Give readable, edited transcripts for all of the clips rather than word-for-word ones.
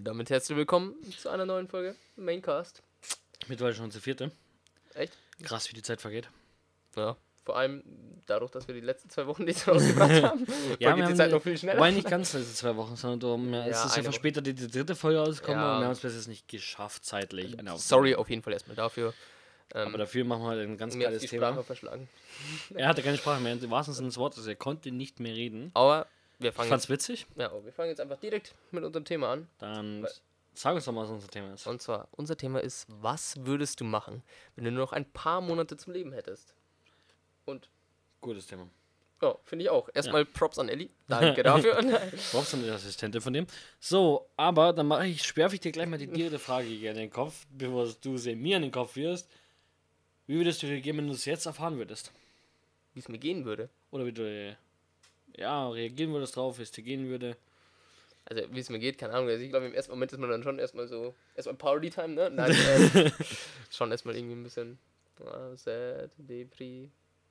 damit herzlich willkommen zu einer neuen Folge Maincast. Mittlerweile schon zur 4. Echt? Krass, wie die Zeit vergeht. Ja, vor allem dadurch, dass wir die letzten 2 Wochen nichts rausgebracht haben. Ja, geht die Zeit noch viel schneller. Wobei nicht ganz letzte 2 Wochen, sondern es ist ja verspätet die 3. Folge rausgekommen und wir haben es bis jetzt nicht geschafft, zeitlich. Sorry auf jeden Fall erstmal dafür. Aber dafür machen wir halt ein ganz mir geiles die Thema. Sprache verschlagen. Er hatte keine Sprache mehr, im wahrsten Sinne des Wortes, er konnte nicht mehr reden. Aber ich fand's witzig. Ja, wir fangen jetzt einfach direkt mit unserem Thema an. Dann sag uns doch mal, was unser Thema ist. Und zwar, unser Thema ist, was würdest du machen, wenn du nur noch ein paar Monate zum Leben hättest? Und gutes Thema. ja, finde ich auch. Erstmal Props an Elli. Danke dafür. Props an die Assistentin von dem. So, aber dann werfe ich dir gleich mal die direkte Frage hier in den Kopf, bevor du sie mir in den Kopf wirst. Wie würdest du reagieren, wenn du es jetzt erfahren würdest? Wie es mir gehen würde. Oder wie du reagieren würdest drauf, wie es dir gehen würde. Also, wie es mir geht, keine Ahnung. Also, ich glaube, im ersten Moment ist man dann schon erstmal Party-Time, ne? Nein, schon erstmal irgendwie ein bisschen sad, Depri.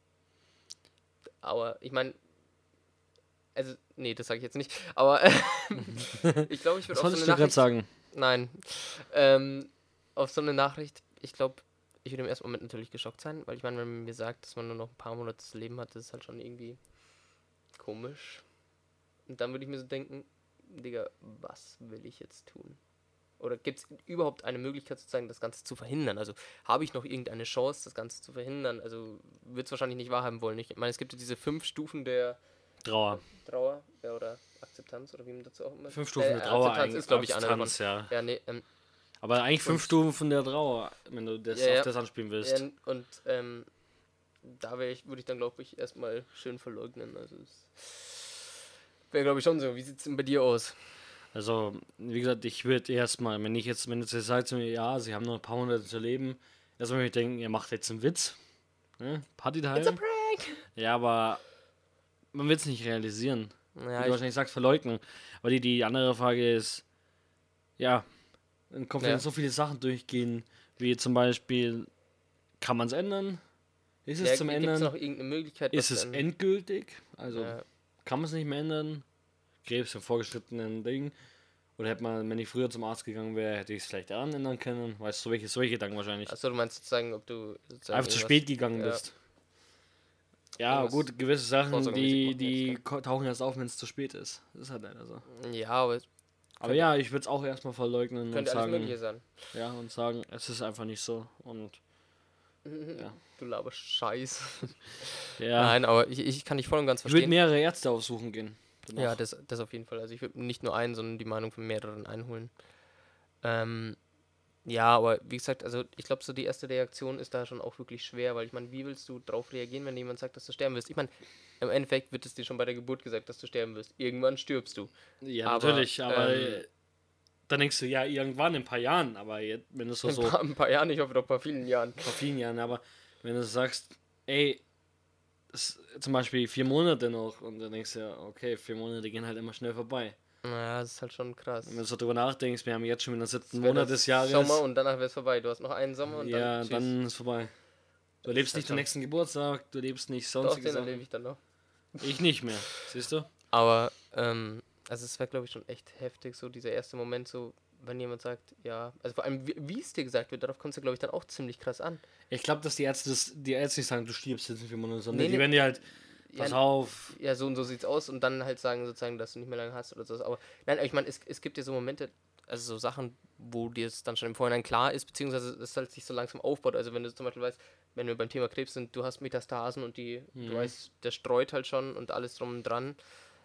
Aber ich meine, also, nee, das sage ich jetzt nicht. Aber ich glaube, ich würde auf so eine Nachricht sagen. Nein. Auf so eine Nachricht, ich glaube, ich würde im ersten Moment natürlich geschockt sein, weil ich meine, wenn man mir sagt, dass man nur noch ein paar Monate zu leben hat, das ist halt schon irgendwie komisch. Und dann würde ich mir so denken, Digga, was will ich jetzt tun? Oder gibt es überhaupt eine Möglichkeit, sozusagen das Ganze zu verhindern? Also habe ich noch irgendeine Chance, das Ganze zu verhindern? Also wird es wahrscheinlich nicht wahrhaben wollen. Ich meine, es gibt ja diese 5 Stufen der Trauer, ja, oder Akzeptanz, oder wie man dazu auch immer... 5 Stufen der Trauer. Akzeptanz ist, glaube ich, eine davon. Ja. Ja, nee, aber eigentlich 5 Stufen von der Trauer, wenn du das auf das anspielen willst. Ja, und da würde ich dann, glaube ich, erstmal schön verleugnen. Also es wäre, glaube ich, schon so. Wie sieht es denn bei dir aus? Also, wie gesagt, ich würde erstmal, wenn du jetzt sagst zu mir, ja, sie haben noch ein paar Monate zu leben, erstmal würde ich denken, ihr macht jetzt einen Witz. Ne? Partytime. It's a prank! Ja, aber man wird es nicht realisieren. Ja, wie du wahrscheinlich sagst, verleugnen. Aber die andere Frage ist, ja, im Kopf werden so viele Sachen durchgehen, wie zum Beispiel, kann man es ändern? Ist es zum Ändern? Gibt es noch irgendeine Möglichkeit? Ist es endgültig? Also, kann man es nicht mehr ändern? Krebs im vorgeschrittenen Ding. Oder hätte man, wenn ich früher zum Arzt gegangen wäre, hätte ich es vielleicht daran ändern können. Weißt du, solche Gedanken wahrscheinlich. Achso, du meinst sozusagen, ob du einfach zu spät gegangen bist. Ja, gut, gewisse Sachen, die tauchen erst auf, wenn es zu spät ist. Das ist halt leider so. Ja, aber ja, ich würde es auch erstmal verleugnen und sagen, alles Mögliche sein. Ja, und sagen, es ist einfach nicht so. Und ja. Du laberst Scheiß. Ja. Nein, aber ich kann dich voll und ganz verstehen. Ich würde mehrere Ärzte aufsuchen gehen. Danach. Ja, das auf jeden Fall. Also ich würde nicht nur einen, sondern die Meinung von mehreren einholen. Ja, aber wie gesagt, also ich glaube, so die erste Reaktion ist da schon auch wirklich schwer, weil ich meine, wie willst du drauf reagieren, wenn jemand sagt, dass du sterben wirst? Ich meine, im Endeffekt wird es dir schon bei der Geburt gesagt, dass du sterben wirst. Irgendwann stirbst du. Ja, natürlich, aber dann denkst du, ja, irgendwann in ein paar Jahren, aber jetzt, wenn du ein paar Jahren, ich hoffe doch ein paar vielen Jahren. Ein paar vielen Jahren, aber wenn du sagst, ey, zum Beispiel 4 Monate noch und dann denkst du ja, okay, 4 Monate gehen halt immer schnell vorbei. Naja, das ist halt schon krass. Wenn du so drüber nachdenkst, wir haben jetzt schon wieder den 7. Monat des Jahres. Sommer und danach wäre es vorbei. Du hast noch einen Sommer und dann ist es vorbei. Du lebst nicht den nächsten Geburtstag, du lebst nicht sonstige Sachen. Doch, den erlebe ich dann noch. Ich nicht mehr, siehst du? Aber, also es wäre, glaube ich, schon echt heftig, so dieser erste Moment, so, wenn jemand sagt, ja, also vor allem, wie es dir gesagt wird, darauf kommt es ja, glaube ich, dann auch ziemlich krass an. Ich glaube, dass die Ärzte nicht sagen, du stirbst jetzt in 4 Monaten, sondern die werden dir halt, pass auf. Ja, so und so sieht's aus und dann halt sagen sozusagen, dass du nicht mehr lange hast oder so. Aber nein, ich meine, es gibt ja so Momente, also so Sachen, wo dir es dann schon im Vorhinein klar ist, beziehungsweise es halt sich so langsam aufbaut. Also wenn du zum Beispiel weißt, wenn wir beim Thema Krebs sind, du hast Metastasen und du weißt, der streut halt schon und alles drum und dran.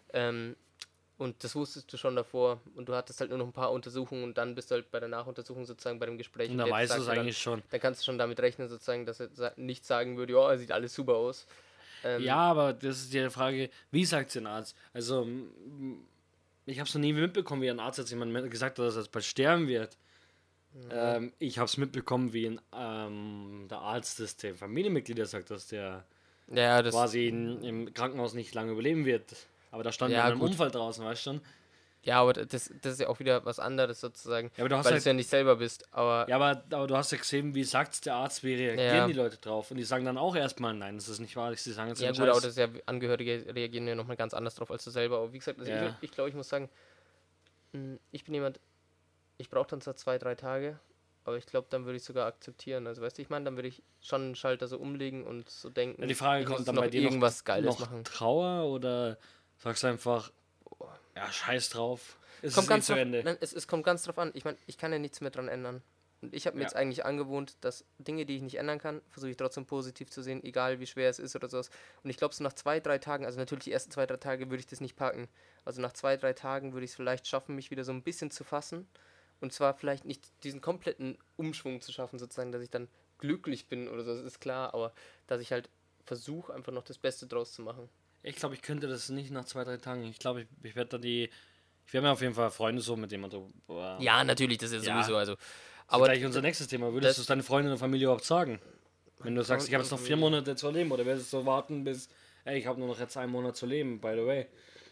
Und das wusstest du schon davor und du hattest halt nur noch ein paar Untersuchungen und dann bist du halt bei der Nachuntersuchung sozusagen bei dem Gespräch. Und da weißt du es eigentlich schon. Dann kannst du schon damit rechnen sozusagen, dass er nicht sagen würde, ja, sieht alles super aus. Ja, aber das ist die Frage, wie sagt es ein Arzt? Also, ich habe es noch nie mitbekommen, wie ein Arzt jetzt jemand gesagt hat, dass er bald sterben wird. Ja. Ich habe es mitbekommen, wie der Arzt das dem Familienmitglieder sagt, dass der quasi im Krankenhaus nicht lange überleben wird. Aber da stand ja ein Unfall draußen, weißt du schon? Ja, aber das ist ja auch wieder was anderes sozusagen, ja, aber du hast weil halt, du ja nicht selber bist. Aber du hast ja gesehen, wie sagt der Arzt, wie reagieren die Leute drauf? Und die sagen dann auch erstmal, nein, das ist nicht wahr. Sie sagen jetzt ja gut, aber das ist ja, Angehörige reagieren ja nochmal ganz anders drauf als du selber. Aber wie gesagt, also ich glaube, ich muss sagen, ich bin jemand, ich brauche dann zwar 2, 3 Tage, aber ich glaube, dann würde ich sogar akzeptieren. Also weißt du, ich meine, dann würde ich schon einen Schalter so umlegen und so denken, Ja, die Frage ich muss kommt jetzt dann noch bei dir irgendwas Geiles noch machen. Trauer oder sagst du einfach, ja, scheiß drauf, ist Kommt es eh ganz zu drauf, Ende. nein, es kommt ganz drauf an. Ich meine, ich kann ja nichts mehr dran ändern. Und ich habe mir Ja. jetzt eigentlich angewohnt, dass Dinge, die ich nicht ändern kann, versuche ich trotzdem positiv zu sehen, egal wie schwer es ist oder sowas. Und ich glaube, so nach 2, 3 Tagen, also natürlich die ersten 2, 3 Tage würde ich das nicht packen. Also nach 2, 3 Tagen würde ich es vielleicht schaffen, mich wieder so ein bisschen zu fassen. Und zwar vielleicht nicht diesen kompletten Umschwung zu schaffen, sozusagen, dass ich dann glücklich bin oder so, das ist klar, aber dass ich halt versuche, einfach noch das Beste draus zu machen. Ich glaube, ich könnte das nicht nach 2, 3 Tagen. Ich glaube, ich werde ich werde mir auf jeden Fall Freunde so, mit denen man so, Ja, natürlich, das ist ja, sowieso, also. das ist Aber gleich unser nächstes Thema. Würdest du es deinen Freunden und der Familie überhaupt sagen? Wenn du sagst, ich habe jetzt noch 4 Monate zu leben, oder würdest du so warten bis, ey, ich habe nur noch jetzt 1 Monat zu leben, by the way.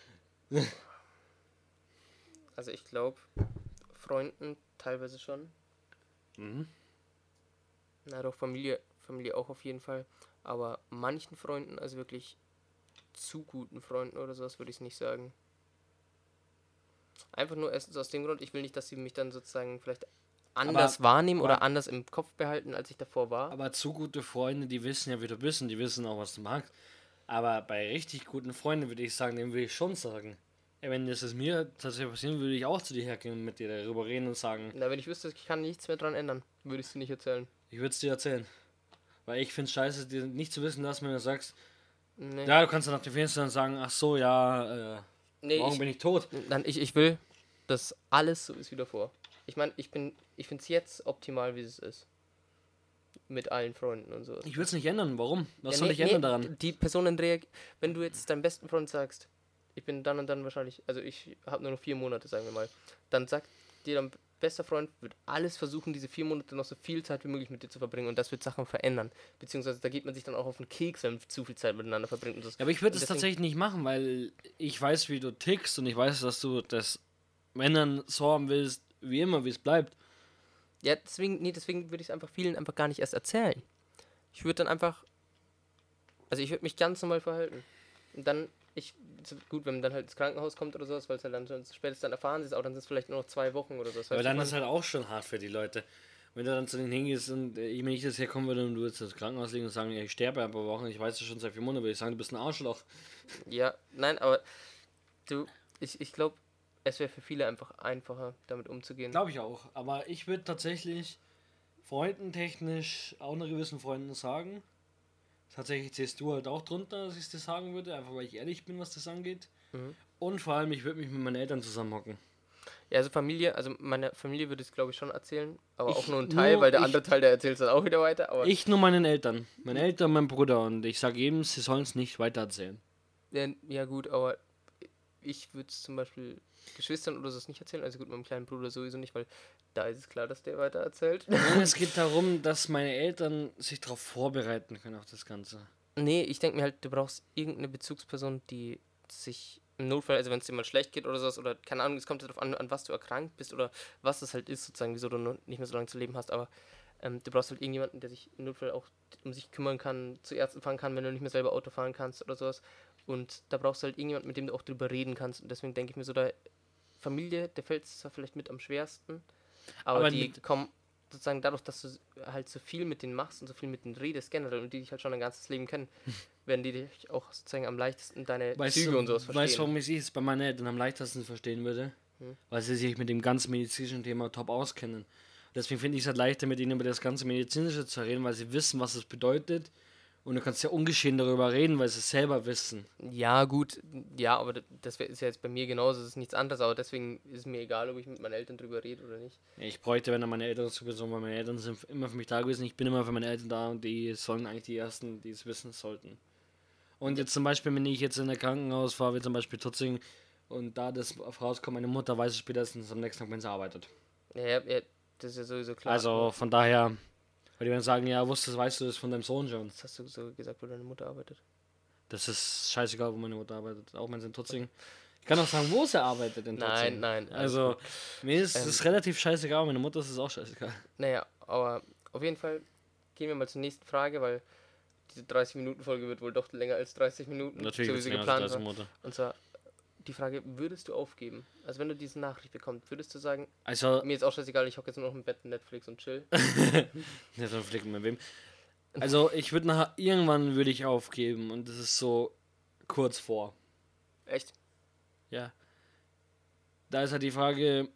Also ich glaube, Freunden teilweise schon. Mhm. Na doch, Familie auch auf jeden Fall. Aber manchen Freunden, also wirklich zu guten Freunden oder sowas, würde ich es nicht sagen. Einfach nur erstens aus dem Grund, ich will nicht, dass sie mich dann sozusagen vielleicht anders wahrnehmen oder anders im Kopf behalten, als ich davor war. Aber zu gute Freunde, die wissen ja, wie du bist und die wissen auch, was du magst. Aber bei richtig guten Freunden würde ich sagen, denen würde ich schon sagen. Ey, wenn das mir tatsächlich passieren würde, ich auch zu dir hergehen und mit dir darüber reden und sagen, Na, wenn ich wüsste, ich kann nichts mehr dran ändern, würde ich es dir nicht erzählen. ich würde es dir erzählen. Weil ich finde es scheiße, dir nicht zu wissen, dass wenn du sagst, Nee. ja, du kannst dann nach dem Fenster dann sagen, ach so, ja, Nee, morgen bin ich tot. ich will, dass alles so ist wie davor. Ich meine, ich finde es jetzt optimal, wie es ist. Mit allen Freunden und so. Ich würde es nicht ändern. Warum? Was Ja, soll ich ändern daran? Die Personen reagieren, wenn du jetzt deinem besten Freund sagst, ich bin dann und dann wahrscheinlich, also ich habe nur noch 4 Monate, sagen wir mal, dann sagt dir dein bester Freund, wird alles versuchen, diese 4 Monate noch so viel Zeit wie möglich mit dir zu verbringen und das wird Sachen verändern. Beziehungsweise da geht man sich dann auch auf den Keks, wenn man zu viel Zeit miteinander verbringt und so. Ja, aber ich würde es deswegen- tatsächlich nicht machen, weil ich weiß, wie du tickst und ich weiß, dass du das Männern so haben willst, wie immer, wie es bleibt. Ja, deswegen würde ich es einfach vielen einfach gar nicht erst erzählen. Ich würde dann einfach, also ich würde mich ganz normal verhalten. Und dann, gut, wenn man dann halt ins Krankenhaus kommt oder sowas, weil es halt dann schon spätestens dann erfahren ist, auch dann sind es vielleicht nur noch 2 Wochen oder so. Das Aber heißt, dann ist halt auch schon hart für die Leute. Wenn du dann zu denen hingehst und wenn ich das herkommen würde und du jetzt ins Krankenhaus liegen und sagen, ja, ich sterbe ein paar Wochen, ich weiß es schon seit 4 Monaten, würde ich sagen, du bist ein Arschloch. ja, nein, aber ich glaube, es wäre für viele einfach einfacher, damit umzugehen. Glaube ich auch. Aber ich würde tatsächlich freundentechnisch auch einer gewissen Freundin sagen. Tatsächlich zählst du halt auch drunter, dass ich es dir sagen würde, einfach weil ich ehrlich bin, was das angeht. Mhm. Und vor allem, ich würde mich mit meinen Eltern zusammenhocken. Ja, also meine Familie würde es glaube ich schon erzählen, aber auch Ich- nur ein Teil, nur weil der ich- andere Teil, der erzählt es dann auch wieder weiter. Aber Ich nur meinen Eltern. Meine Eltern, mein Bruder. Und ich sage eben, sie sollen es nicht weitererzählen. ja gut, aber ich würde es zum Beispiel Geschwistern oder so nicht erzählen, also gut, meinem kleinen Bruder sowieso nicht, weil da ist es klar, dass der weiter erzählt. Nein, es geht darum, dass meine Eltern sich darauf vorbereiten können auf das Ganze. Nee, ich denke mir halt, du brauchst irgendeine Bezugsperson, die sich im Notfall, also wenn es dir mal schlecht geht oder sowas, oder keine Ahnung, es kommt darauf an was du erkrankt bist oder was das halt ist, sozusagen, wieso du nicht mehr so lange zu leben hast, aber du brauchst halt irgendjemanden, der sich im Notfall auch um sich kümmern kann, zu Ärzten fahren kann, wenn du nicht mehr selber Auto fahren kannst oder sowas. Und da brauchst du halt irgendjemanden, mit dem du auch drüber reden kannst. Und deswegen denke ich mir so, da Familie, der fällt zwar vielleicht mit am schwersten, aber die kommen sozusagen dadurch, dass du halt so viel mit denen machst und so viel mit denen redest generell und die dich halt schon dein ganzes Leben kennen, werden die dich auch sozusagen am leichtesten deine Züge und sowas verstehen. Weißt du, warum ich es bei meinen Eltern am leichtesten verstehen würde? Weil sie sich mit dem ganzen medizinischen Thema top auskennen. Deswegen finde ich es halt leichter, mit ihnen über das ganze Medizinische zu reden, weil sie wissen, was es bedeutet. Und du kannst ja ungeschehen darüber reden, weil sie es selber wissen. Ja, gut, ja, aber ist ja jetzt bei mir genauso, das ist nichts anderes, aber deswegen ist es mir egal, ob ich mit meinen Eltern drüber rede oder nicht. Ich bräuchte, wenn dann meine Eltern dazu besorgen, weil meine Eltern sind immer für mich da gewesen. Ich bin immer für meine Eltern da und die sollen eigentlich die Ersten, die es wissen sollten. Und jetzt zum Beispiel, wenn ich jetzt in der Krankenhaus fahre, wie zum Beispiel Tutzing, und da das rauskommt, meine Mutter weiß es spätestens am nächsten Tag, wenn sie arbeitet. Ja, das ist ja sowieso klar. Also von daher, weil die werden sagen, ja, weißt du das von deinem Sohn schon. Das hast du so gesagt, wo deine Mutter arbeitet. Das ist scheißegal, wo meine Mutter arbeitet, auch wenn sie in Tutzing. Ich kann auch sagen, wo sie arbeitet in Tutzing. Nein. Also, mir ist es relativ scheißegal, meine Mutter ist es auch scheißegal. Naja, aber auf jeden Fall gehen wir mal zur nächsten Frage, weil diese 30-Minuten-Folge wird wohl doch länger als 30 Minuten. Natürlich so wird wie es sie länger als geplant 30 war. Minuten. Und zwar die Frage, würdest du aufgeben? Also wenn du diese Nachricht bekommst, würdest du sagen, Also, mir ist auch scheißegal, ich hocke jetzt nur noch im Bett, Netflix und chill? nicht so flicken mit wem. Also, ich würde irgendwann würde ich aufgeben und das ist so kurz vor. Echt? Ja. Da ist halt die Frage,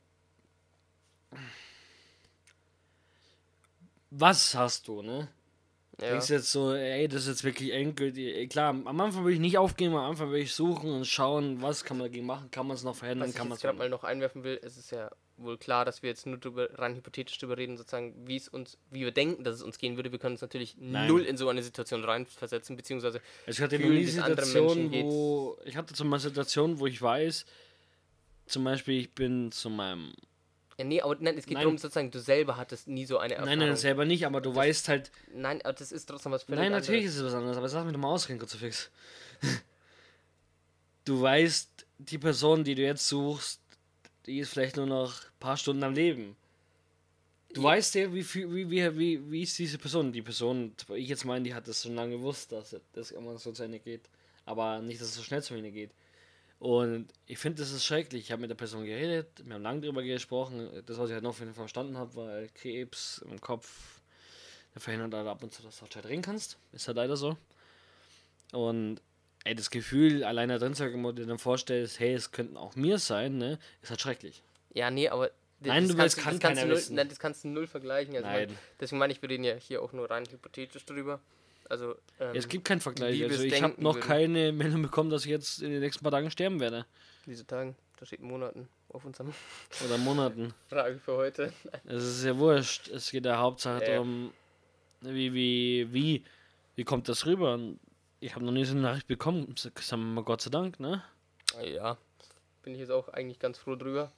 was hast du, ne? Ja. Denkst du jetzt so, ey, das ist jetzt wirklich endgültig. Klar, am Anfang würde ich nicht aufgeben, am Anfang würde ich suchen und schauen, was kann man dagegen machen, kann man es noch verändern, Was ich kann man jetzt es gerade mal noch einwerfen will, es ist ja wohl klar, dass wir jetzt nur rein hypothetisch drüber reden, sozusagen, wie wir denken, dass es uns gehen würde. Wir können uns natürlich null in so eine Situation reinversetzen, beziehungsweise ich hatte noch fühlen, nie wie es anderen Situationen, Menschen wo ich hatte zum Beispiel Situationen, wo ich weiß, zum Beispiel ich bin zu meinem ja, nee, aber nein, es geht darum, sozusagen, du selber hattest nie so eine Erfahrung. Nein, selber nicht, aber du weißt halt. Nein, aber das ist trotzdem was völlig Nein, anderes. natürlich ist es was anderes, aber sag mir doch mal ausreden, kurz fix. Du weißt, die Person, die du jetzt suchst, die ist vielleicht nur noch ein paar Stunden am Leben. Du weißt ja, wie ist diese Person? Die Person, ich jetzt meine, die hat das schon lange gewusst, dass das immer so zu Ende geht. Aber nicht, dass es so schnell zu Ende geht. Und ich finde, das ist schrecklich. Ich habe mit der Person geredet, wir haben lange drüber gesprochen. Das, was ich halt noch verstanden habe, war Krebs im Kopf. Der verhindert halt ab und zu, dass du halt reden kannst. Ist halt leider so. Und ey, das Gefühl, alleine drin zu sein, wo du dir dann vorstellst, hey, es könnten auch mir sein, ne, ist halt schrecklich. Ja, nee, aber Nein, das kannst du null vergleichen. Also Nein. Deswegen meine ich, wir reden ja hier auch nur rein hypothetisch drüber. Also, es gibt keinen Vergleich. Also ich denken habe noch würden. keine Meldung bekommen, dass ich jetzt in den nächsten paar Tagen sterben werde. Diese Tagen, da steht Monaten auf unserem Oder Monaten. Frage für heute. Es ist ja wurscht. Es geht ja Hauptsache darum, wie kommt das rüber? Und ich habe noch nie so eine Nachricht bekommen. Sagen wir mal Gott sei Dank, ne? Ja, bin ich jetzt auch eigentlich ganz froh drüber.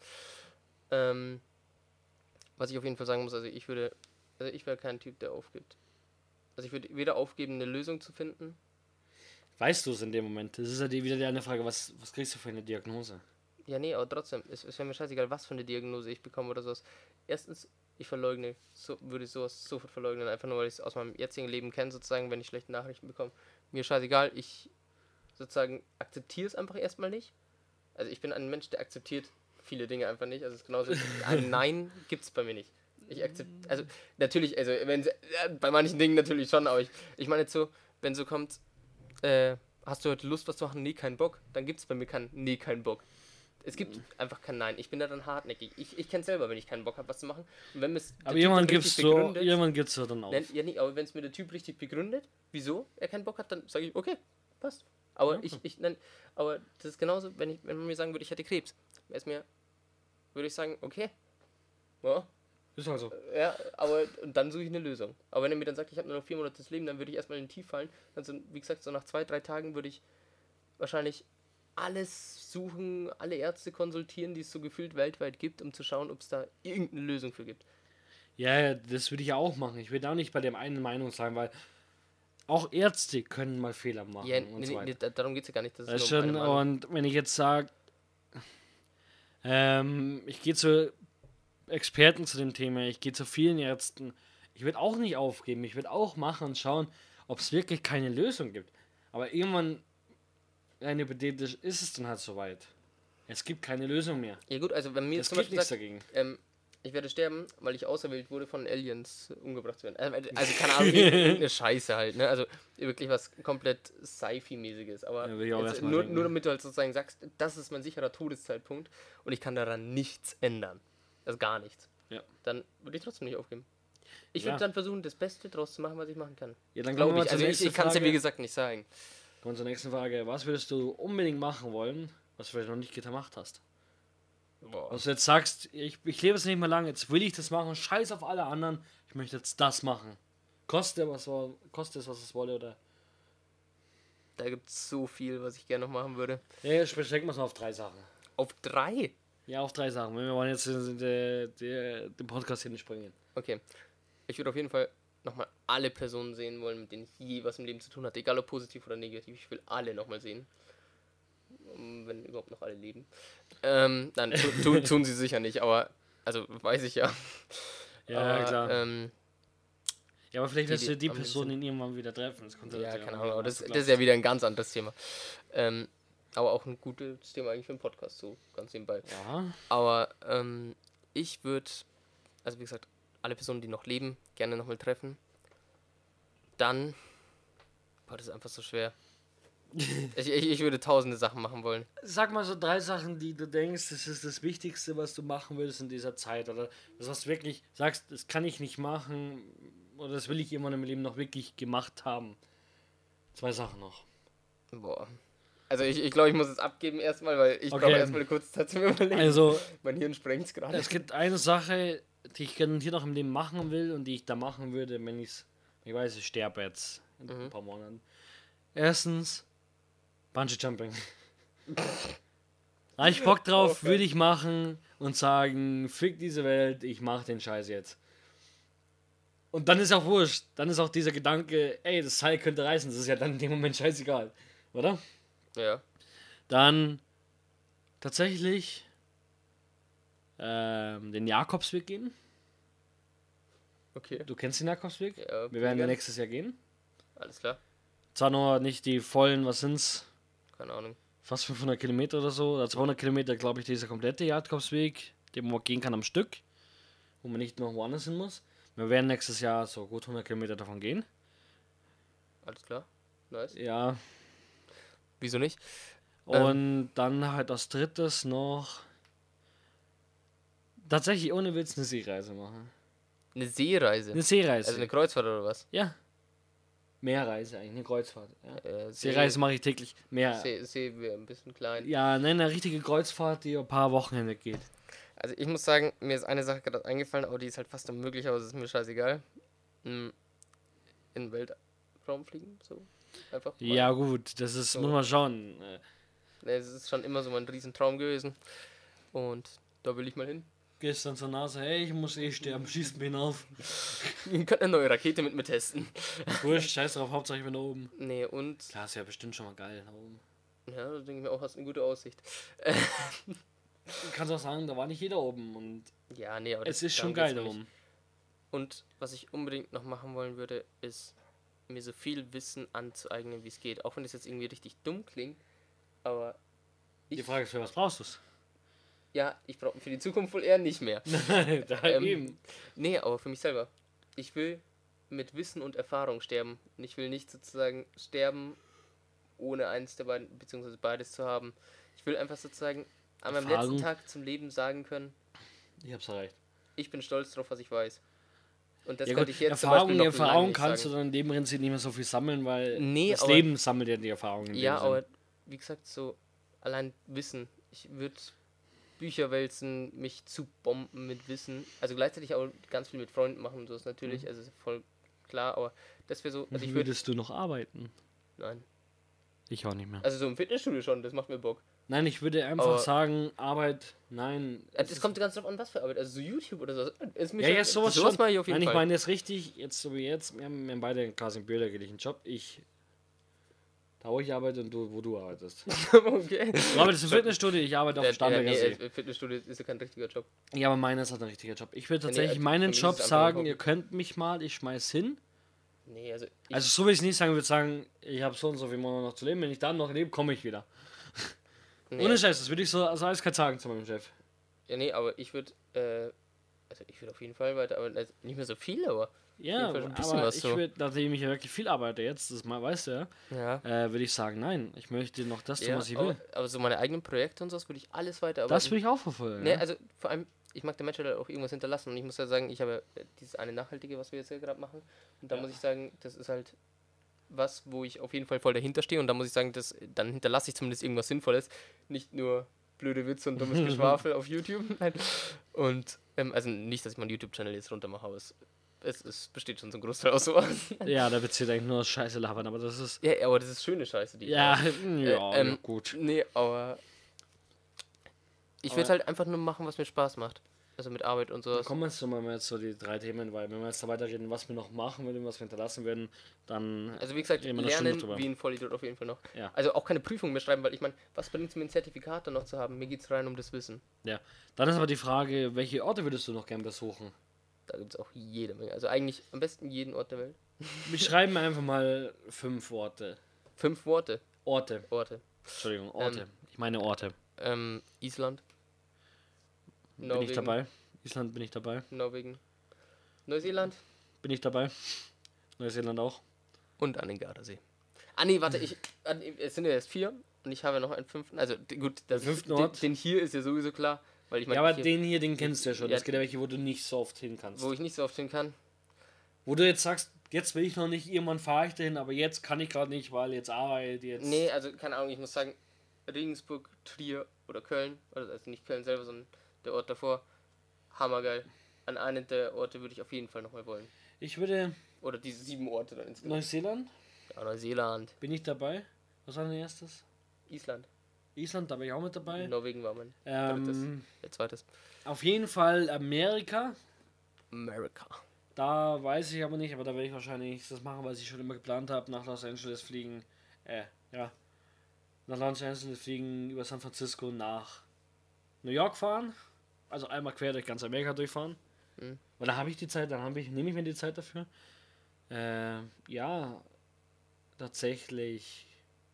Was ich auf jeden Fall sagen muss, ich wäre kein Typ, der aufgibt. Also ich würde weder aufgeben, eine Lösung zu finden. Weißt du es in dem Moment? Das ist ja wieder die eine Frage, was kriegst du für eine Diagnose? Ja, nee, aber trotzdem, es wäre mir scheißegal, was für eine Diagnose ich bekomme oder sowas. Erstens, ich würde sowas sofort verleugnen, einfach nur, weil ich es aus meinem jetzigen Leben kenne, sozusagen, wenn ich schlechte Nachrichten bekomme. Mir scheißegal, ich sozusagen akzeptiere es einfach erstmal nicht. Also ich bin ein Mensch, der akzeptiert viele Dinge einfach nicht. Also es ist genauso, ein Nein gibt es bei mir nicht. Ich akzeptiere, also natürlich, bei manchen Dingen natürlich schon, aber ich meine jetzt so, wenn so kommt, hast du heute Lust, was zu machen? Nee, keinen Bock. Dann gibt es bei mir keinen Bock. Es gibt einfach kein Nein. Ich bin da dann hartnäckig. Ich kenne es selber, wenn ich keinen Bock habe, was zu machen. Und wenn aber irgendwann gibt's so dann auf. Ja, nee, aber wenn es mir der Typ richtig begründet, wieso er keinen Bock hat, dann sage ich, okay, passt. Aber aber das ist genauso, wenn man mir sagen würde, ich hätte Krebs, würde ich sagen, okay. Ja. Ist halt so. Ja, aber und dann suche ich eine Lösung. Aber wenn er mir dann sagt, ich habe nur noch 4 Monate Leben, dann würde ich erstmal in den Tief fallen. Also, wie gesagt, so nach 2-3 Tagen würde ich wahrscheinlich alles suchen, alle Ärzte konsultieren, die es so gefühlt weltweit gibt, um zu schauen, ob es da irgendeine Lösung für gibt. Ja, das würde ich ja auch machen. Ich will auch nicht bei dem einen Meinung sein, weil auch Ärzte können mal Fehler machen. Ja, und so weiter. Darum geht es ja gar nicht. Das ist schon, und wenn ich jetzt sage, ich gehe zu Experten zu dem Thema, ich gehe zu vielen Ärzten, ich würde auch nicht aufgeben, ich würde auch machen und schauen, ob es wirklich keine Lösung gibt. Aber irgendwann, rein hypothetisch, ist es dann halt soweit. Es gibt keine Lösung mehr. Ja gut, also wenn mir es gibt nichts dagegen. Ich werde sterben, weil ich auserwählt wurde, von Aliens umgebracht zu werden. Also keine Ahnung, irgendeine Scheiße halt, ne? Also wirklich was komplett Sci-Fi-mäßiges. Aber ja, nur damit du halt sozusagen sagst, das ist mein sicherer Todeszeitpunkt und ich kann daran nichts ändern. Also gar nichts. Ja. Dann würde ich trotzdem nicht aufgeben. Ich würde dann versuchen, das Beste draus zu machen, was ich machen kann. Ja, dann glaube ich. Also ich kann es ja wie gesagt nicht sagen. Kommen wir zur nächsten Frage. Was würdest du unbedingt machen wollen, was du vielleicht noch nicht gemacht hast? Boah. Was du jetzt sagst, ich lebe es nicht mehr lange, jetzt will ich das machen, scheiß auf alle anderen, ich möchte jetzt das machen. Koste es, was es wolle, oder? Da gibt es so viel, was ich gerne noch machen würde. Ja, beschränken wir es mal auf 3 Sachen. Auf 3? Ja, auf 3 Sachen. Wir wollen jetzt den Podcast hier nicht springen. Okay. Ich würde auf jeden Fall nochmal alle Personen sehen wollen, mit denen ich je was im Leben zu tun hatte. Egal ob positiv oder negativ. Ich will alle nochmal sehen. Wenn überhaupt noch alle leben. Nein, tun sie sicher nicht, aber, also, weiß ich ja. Ja, aber, klar. Ja, aber vielleicht wirst du die Person in irgendwann wieder treffen. Das ja, keine Ahnung, aber das ist ja wieder ein ganz anderes Thema. Aber auch ein gutes Thema eigentlich für einen Podcast, so ganz nebenbei. Ja. Aber ich würde, also wie gesagt, alle Personen, die noch leben, gerne nochmal treffen. Dann, boah, das ist einfach so schwer. Ich würde tausende Sachen machen wollen. Sag mal so 3 Sachen, die du denkst, das ist das Wichtigste, was du machen würdest in dieser Zeit. Oder das, was du wirklich sagst, das kann ich nicht machen. Oder das will ich irgendwann im Leben noch wirklich gemacht haben. 2 Sachen noch. Boah. Also ich glaube, ich muss es abgeben erstmal, weil ich brauche erstmal eine kurze Zeit zum Überlegen. Also, mein Hirn sprengt es gerade. es gibt eine Sache, die ich garantiert noch im Leben machen will und die ich da machen würde, wenn ich weiß, ich sterbe jetzt in ein paar Monaten. Erstens, Bungee Jumping. Da ich Bock drauf, würde ich machen und sagen, fick diese Welt, ich mach den Scheiß jetzt. Und dann ist auch wurscht, dann ist auch dieser Gedanke, ey, das Seil könnte reißen, das ist ja dann in dem Moment scheißegal, oder? Ja. Dann tatsächlich den Jakobsweg gehen. Okay. Du kennst den Jakobsweg? Ja, Wir werden nächstes Jahr gehen. Alles klar. Zwar noch nicht die vollen, was sind's? Keine Ahnung. Fast 500 Kilometer oder so. Oder 200 Kilometer, glaube ich, dieser komplette Jakobsweg, den man gehen kann am Stück. Wo man nicht noch woanders hin muss. Wir werden nächstes Jahr so gut 100 Kilometer davon gehen. Alles klar. Nice. Ja. Wieso nicht? Und dann halt als drittes noch tatsächlich ohne Witz eine Seereise machen. Eine Seereise? Eine Seereise. Also eine Kreuzfahrt oder was? Ja. Meerreise eigentlich, eine Kreuzfahrt. Ja. See, Seereise mache ich täglich. Mehr. See wäre ein bisschen klein. Ja, nein, eine richtige Kreuzfahrt, die ein paar Wochenende geht. Also ich muss sagen, mir ist eine Sache gerade eingefallen, aber die ist halt fast unmöglich, aber es ist mir scheißegal. In den Weltraum fliegen, so. Einfach mal. Ja gut, das ist, So. muss man schauen. Es ist schon immer so mein Riesentraum gewesen. Und da will ich mal hin. Gehst dann zur NASA, hey, ich muss sterben, schießt mich hinauf. Ihr könnt eine neue Rakete mit mir testen. Wurscht, scheiß drauf, Hauptsache ich bin da oben. Nee, und... Klar, ist ja bestimmt schon mal geil da oben. Ja, da denke ich mir auch, hast eine gute Aussicht. Du kannst auch sagen, da war nicht jeder oben und Ja, nee, aber es ist schon darum geil geht's da mir nicht. oben. Und was ich unbedingt noch machen wollen würde, ist mir so viel Wissen anzueignen, wie es geht. Auch wenn das jetzt irgendwie richtig dumm klingt, aber Die Frage ist, für was brauchst du es? ja, ich brauche für die Zukunft wohl eher nicht mehr. Da eben. Nee, aber für mich selber. Ich will mit Wissen und Erfahrung sterben. Und ich will nicht sozusagen sterben, ohne eins der beiden, beziehungsweise beides zu haben. Ich will einfach sozusagen an meinem Erfahrung. letzten Tag zum Leben sagen können, Ich hab's erreicht. ich bin stolz drauf, was ich weiß. Und das Ja, konnte gut, ich jetzt zum Erfahrung, Beispiel noch Erfahrung lange nicht kannst sagen. du dann in dem Prinzip nicht mehr so viel sammeln, weil Nee, das aber- Leben sammelt ja die Erfahrung. in Ja, dem Sinn. aber wie gesagt, so allein Wissen. Ich würde Bücher wälzen, mich zu bomben mit Wissen. Also gleichzeitig auch ganz viel mit Freunden machen und so ist natürlich, also ist voll klar, aber das wäre so, also Wie ich würde, würdest du noch arbeiten? nein. Ich auch nicht mehr. Also so im Fitnessstudio schon, das macht mir Bock. Nein, ich würde einfach Aber- sagen, Arbeit, nein. Das kommt ganz drauf an, was für Arbeit, also so YouTube oder so. Ist mir Ja, schon, jetzt sowas schon. mache ich auf jeden Nein, ich Fall. meine jetzt richtig, jetzt so wie jetzt, wir haben beide quasi einen bürgerlichen Job. Ich, da wo ich arbeite und du, wo du arbeitest. Okay. Du arbeitest im Fitnessstudio, ich arbeite auf dem Starnberger See. Fitnessstudio ist ja kein richtiger Job. Ja, aber meiner ist halt ein richtiger Job. Ich würde Ja, nee, tatsächlich also meinen für mich ist Job es einfach sagen, ein ihr Hobby. könnt mich mal, ich schmeiß hin. Nee, also ich, Also so will ich es nicht sagen, ich würde sagen, ich habe so und so viele Monate noch zu leben. Wenn ich dann noch lebe, komme ich wieder. nee, Ohne Scheiß, das würde ich so alles kein sagen zu meinem Chef. ja, nee, aber ich würde, also ich würde auf jeden Fall weiter, aber also nicht mehr so viel, aber Ja, Fall schon ein bisschen aber was ich so. würde, nachdem ich ja wirklich viel arbeite jetzt, das mal weißt du ja, ja. würde ich sagen, nein, ich möchte noch das tun, Ja, was ich will. aber so meine eigenen Projekte und sowas würde ich alles weiter. Das will ich auch verfolgen. Ne, ja. also vor allem, ich mag der Menschheit halt auch irgendwas hinterlassen. Und ich muss ja sagen, ich habe dieses eine Nachhaltige, was wir jetzt hier gerade machen. Und da Ja. muss ich sagen, das ist halt was, wo ich auf jeden Fall voll dahinter stehe. Und da muss ich sagen, dann hinterlasse ich zumindest irgendwas Sinnvolles. Nicht nur blöde Witze und dummes Geschwafel auf YouTube. Nein. Und, also nicht, dass ich meinen YouTube-Channel jetzt runter mache, aber es besteht schon zum Großteil aus sowas. Ja, da wird eigentlich nur Scheiße labern, aber das ist. Ja, aber das ist schöne Scheiße, die ich Ja, mache. ja, gut. Nee, aber ich will es Aber- halt einfach nur machen, was mir Spaß macht. Also mit Arbeit und sowas. Kommen wir jetzt mal jetzt so die 3 Themen, weil wenn wir jetzt da weiterreden, was wir noch machen würden, was wir hinterlassen würden, dann. Also wie gesagt, reden wir eine Stunde lernen drüber. wie ein Vollidiot auf jeden Fall noch. Ja. Also auch keine Prüfung mehr schreiben, weil ich meine, was bringt es mir ein Zertifikat dann noch zu haben? Mir geht's rein um das Wissen. Ja. Dann ist aber die Frage, welche Orte würdest du noch gern besuchen? Da gibt es auch jede Menge. Also eigentlich am besten jeden Ort der Welt. Wir schreiben einfach mal 5 Orte. 5 Worte. Orte. Orte. Entschuldigung, Orte. Ich meine Orte. Island. Bin ich dabei? Island bin ich dabei. Norwegen. Neuseeland. Bin ich dabei. Neuseeland auch. Und an den Gardasee. Ah nee, warte, es sind ja erst 4 und ich habe ja noch einen 5. Also gut, das fünften Ort. Den hier ist ja sowieso klar. Weil ich meine, ja, aber den kennst du ja schon. Ja, es gibt ja welche, wo du nicht so oft hin kannst. wo ich nicht so oft hin kann. Wo du jetzt sagst, jetzt will ich noch nicht, irgendwann fahre ich dahin, aber jetzt kann ich gerade nicht, weil jetzt arbeite jetzt. Nee, also keine Ahnung, ich muss sagen, Regensburg, Trier oder Köln, also nicht Köln selber, sondern der Ort davor, hammergeil. An einen der Orte würde ich auf jeden Fall nochmal wollen. Ich würde... Oder diese 7 Orte dann insgesamt. Neuseeland? Ja, Neuseeland. Bin ich dabei? Was war dein erstes? Island. Island, da bin ich auch mit dabei. Norwegen war mein drittes, der zweites. Auf jeden Fall Amerika. America. Da weiß ich aber nicht, aber da werde ich wahrscheinlich das machen, was ich schon immer geplant habe, nach Los Angeles fliegen. Nach Los Angeles fliegen, über San Francisco nach New York fahren. Also einmal quer durch ganz Amerika durchfahren. Mhm. Und da habe ich die Zeit, nehme ich mir die Zeit dafür. Tatsächlich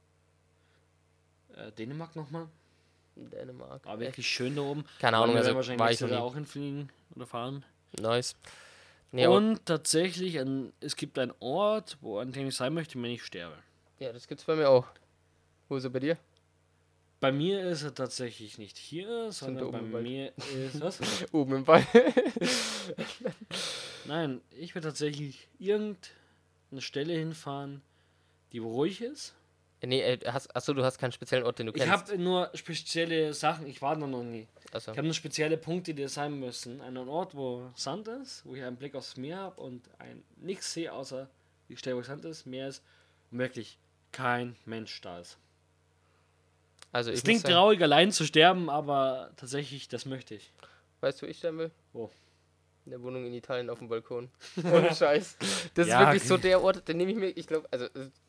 Dänemark nochmal. Dänemark. War wirklich schön da oben. Keine Ahnung, wir also wahrscheinlich war ich noch da nie. auch hinfliegen oder fahren. Nice. Nee, Und tatsächlich, es gibt einen Ort, an dem ich sein möchte, wenn ich sterbe. ja, das gibt's bei mir auch. Wo ist er bei dir? Bei mir ist er tatsächlich nicht hier, sondern bei oben im Wald. mir ist... Was? Oben im Wald. Nein, ich will tatsächlich irgendeine Stelle hinfahren, die ruhig ist. Nee, du hast keinen speziellen Ort, den du Ich kennst. habe nur spezielle Sachen, ich war da noch nie. Achso. Ich habe nur spezielle Punkte, die sein müssen. Einen Ort, wo Sand ist, wo ich einen Blick aufs Meer habe und nichts sehe, außer die Stelle, wo Sand ist, Meer ist und wirklich kein Mensch da ist. Also Es ich klingt muss sagen, traurig, allein zu sterben, aber tatsächlich, das möchte ich. weißt du, wo ich sterben will? Wo? In der Wohnung in Italien auf dem Balkon. Ohne Scheiß. Das Ja, ist wirklich okay. so der Ort, den nehme ich mir, ich glaube, also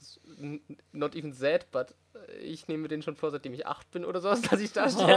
not even sad, but ich nehme mir den schon vor, seitdem ich 8 bin oder sowas, dass ich da sterbe.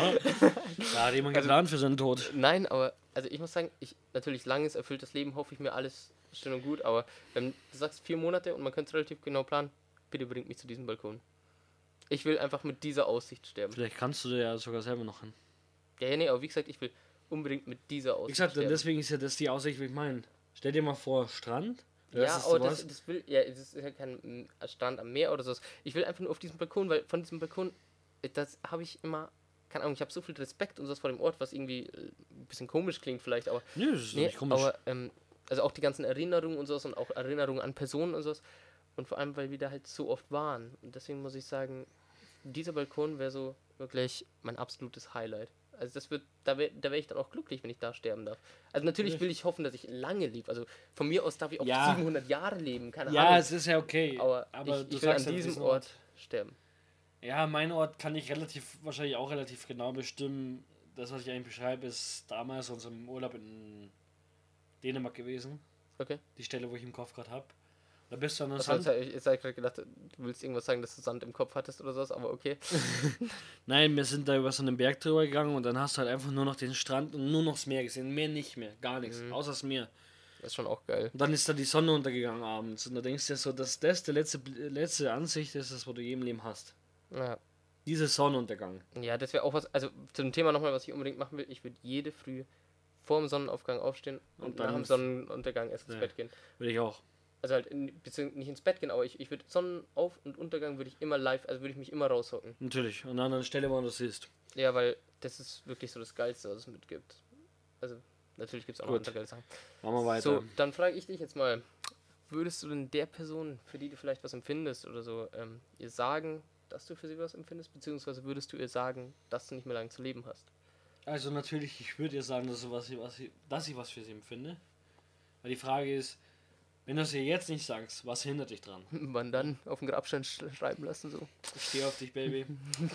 Da hat jemand geplant für seinen Tod. Nein, aber also ich muss sagen, natürlich langes, erfülltes Leben hoffe ich mir alles schön und gut, aber wenn du sagst 4 Monate und man könnte es relativ genau planen, bitte bringt mich zu diesem Balkon. Ich will einfach mit dieser Aussicht sterben. Vielleicht kannst du dir ja sogar selber noch hin. Ja, nee, aber wie gesagt, ich will unbedingt mit dieser Aussicht Wie gesagt, sterben. deswegen ist ja das die Aussicht, wie ich meine. Stell dir mal vor, Strand. Ja, aber das ist ja kein Strand am Meer oder so. Ich will einfach nur auf diesem Balkon, weil von diesem Balkon, das habe ich immer, keine Ahnung, ich habe so viel Respekt und so vor dem Ort, was irgendwie ein bisschen komisch klingt vielleicht, aber Nö, das ist nicht komisch. aber also auch die ganzen Erinnerungen und sowas und auch Erinnerungen an Personen und sowas und vor allem, weil wir da halt so oft waren und deswegen muss ich sagen, dieser Balkon wäre so wirklich mein absolutes Highlight. Also da wär ich dann auch glücklich, wenn ich da sterben darf. Also natürlich will ich hoffen, dass ich lange lebe. Also von mir aus darf ich auch 700 Jahre leben, keine Ahnung. Ja, es ist ja okay. Aber du ich will an sagst ja, diesem diesen Ort sterben. Ja, mein Ort kann ich wahrscheinlich auch relativ genau bestimmen. Das, was ich eigentlich beschreibe, ist damals unserem Urlaub in Dänemark gewesen. Okay. Die Stelle, wo ich im Kopf gerade habe. Da bist du an der Also, Sand. jetzt habe ich gerade gedacht, du willst irgendwas sagen, dass du Sand im Kopf hattest oder sowas, aber okay. Nein, wir sind da über so einen Berg drüber gegangen und dann hast du halt einfach nur noch den Strand und nur noch das Meer gesehen. Mehr nicht mehr, gar nichts, außer das Meer. Das ist schon auch geil. Und dann ist da die Sonne untergegangen abends und da denkst du dir so, dass das der letzte Ansicht ist, das, was du je im Leben hast. Ja, Dieser Sonnenuntergang. ja, das wäre auch was, also zu dem Thema nochmal, was ich unbedingt machen will, ich würde jede Früh vor dem Sonnenaufgang aufstehen und dann nach dem Sonnenuntergang erst ins Bett gehen. Würde ich auch. Also halt, beziehungsweise nicht ins Bett gehen, aber ich würde Sonnenauf- und Untergang würde ich immer live, also würde ich mich immer raushocken. Natürlich. Und an einer anderen Stelle, wo du das siehst. Ja, weil das ist wirklich so das Geilste, was es mitgibt. Also, natürlich gibt es auch noch Gut. andere geile Sachen. Machen wir weiter. So, dann frage ich dich jetzt mal, würdest du denn der Person, für die du vielleicht was empfindest oder so, ihr sagen, dass du für sie was empfindest, beziehungsweise würdest du ihr sagen, dass du nicht mehr lange zu leben hast? Also natürlich, ich würde ihr sagen, dass ich was für sie empfinde. Weil die Frage ist, wenn du es ihr jetzt nicht sagst, was hindert dich dran? Wann dann auf dem Grabstein schreiben lassen, so. Ich stehe auf dich, Baby.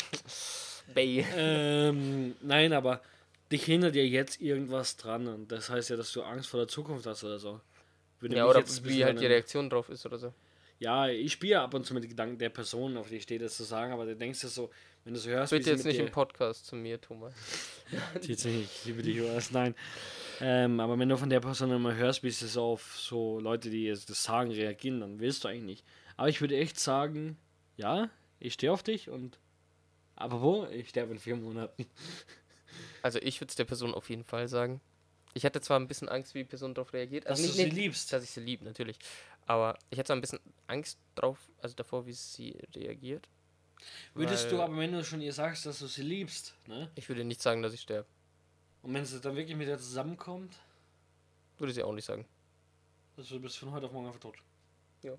Bay. Nein, aber dich hindert ja jetzt irgendwas dran. Und das heißt ja, dass du Angst vor der Zukunft hast oder so. Würde Ja, mich oder jetzt ein wie bisschen halt die an- Reaktion drauf ist oder so. Ja, ich spiele ab und zu mit den Gedanken der Person, auf die ich stehe, das zu sagen, aber du denkst dir so, wenn du so hörst, Bitte sie jetzt mit nicht dir- im Podcast zu mir, Thomas. Ich liebe dich, Jonas, nein. Aber wenn du von der Person immer hörst, wie sie so auf so Leute, die jetzt das sagen, reagieren, dann willst du eigentlich nicht. Aber ich würde echt sagen, ja, ich stehe auf dich und aber wo? Ich sterbe in 4 Monaten. Also ich würde es der Person auf jeden Fall sagen. Ich hatte zwar ein bisschen Angst, wie die Person darauf reagiert. Dass Also du sie liebst. dass ich sie liebe, natürlich. Aber ich hatte zwar ein bisschen Angst drauf, also davor, wie sie reagiert. Würdest du aber, wenn du schon ihr sagst, dass du sie liebst, ne? Ich würde nicht sagen, dass ich sterbe. Und wenn sie dann wirklich mit dir zusammenkommt, Würde sie auch nicht sagen. also du bist von heute auf morgen einfach tot. Ja.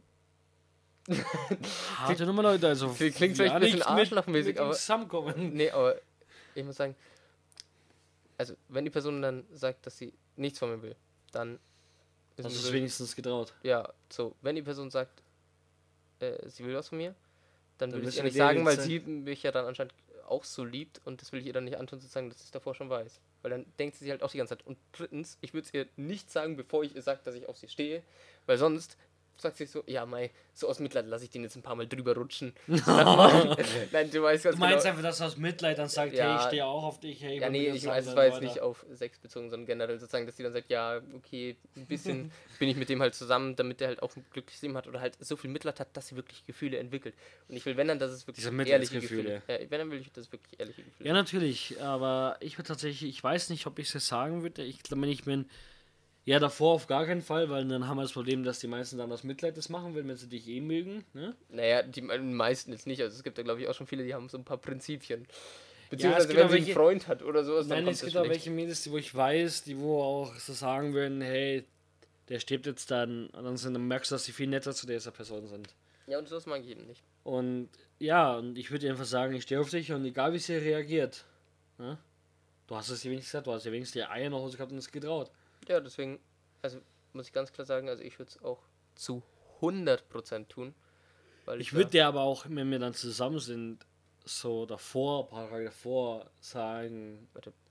Harte Nummer, Leute, also Klingt vielleicht ein bisschen arschlochmäßig, aber... zusammenkommen. Nee, aber ich muss sagen, also wenn die Person dann sagt, dass sie nichts von mir will, dann... Hast du es wenigstens getraut? Ja, so, wenn die Person sagt, sie will was von mir, dann würde ich müssen ihr wir nicht dir sagen, jetzt weil sagen. sie mich ja dann anscheinend auch so liebt und das will ich ihr dann nicht antun, zu sagen, dass ich es davor schon weiß. Weil dann denkt sie sich halt auch die ganze Zeit. Und drittens, ich würde es ihr nicht sagen, bevor ich ihr sage, dass ich auf sie stehe, weil sonst sagt sie so, ja mei, so aus Mitleid lasse ich den jetzt ein paar Mal drüber rutschen. Nein, du weißt ganz Du meinst genau. einfach, dass du aus Mitleid dann sagst, Ja. hey, ich stehe auch auf dich, hey, Ja, wollen wir nee, das ich sein, weiß, es dann war jetzt weiter. nicht auf Sex bezogen, sondern generell sozusagen, dass sie dann sagt, ja, okay, ein bisschen bin ich mit dem halt zusammen, damit der halt auch ein glückliches Leben hat oder halt so viel Mitleid hat, dass sie wirklich Gefühle entwickelt. Und ich will, wenn dann, dass es wirklich Diese ehrliche Gefühle. Mitleidsgefühle. Ja, wenn dann will ich, dass es wirklich ehrliche Gefühle Ja, natürlich, aber ich würde tatsächlich, ich weiß nicht, ob ich es sagen würde. Ich glaube, ich bin ja davor auf gar keinen Fall, weil dann haben wir das Problem, dass die meisten dann aus Mitleid das machen, wenn sie dich eh mögen. Ne? Naja, die meisten jetzt nicht. Also es gibt da, glaube ich, auch schon viele, die haben so ein paar Prinzipien. es Beziehungsweise, gibt wenn auch sie einen welche- Freund hat oder sowas, dann Nein, kommt es das gibt auch schlecht. welche Mädels, die wo ich weiß, die wo auch so sagen würden, hey, der stirbt jetzt dann, und dann merkst du, dass sie viel netter zu dieser Person sind. Ja, und sowas mag ich eben nicht. Und ja, und ich würde einfach sagen, ich stehe auf dich und egal wie sie reagiert, ne? Du hast es dir wenigstens gesagt, du hast dir wenigstens die Eier nach Hause gehabt und es getraut. Ja, deswegen, also muss ich ganz klar sagen, also ich würde es auch zu 100% tun. Weil Ich würde dir aber auch, wenn wir dann zusammen sind, so davor, ein paar Tage davor sagen,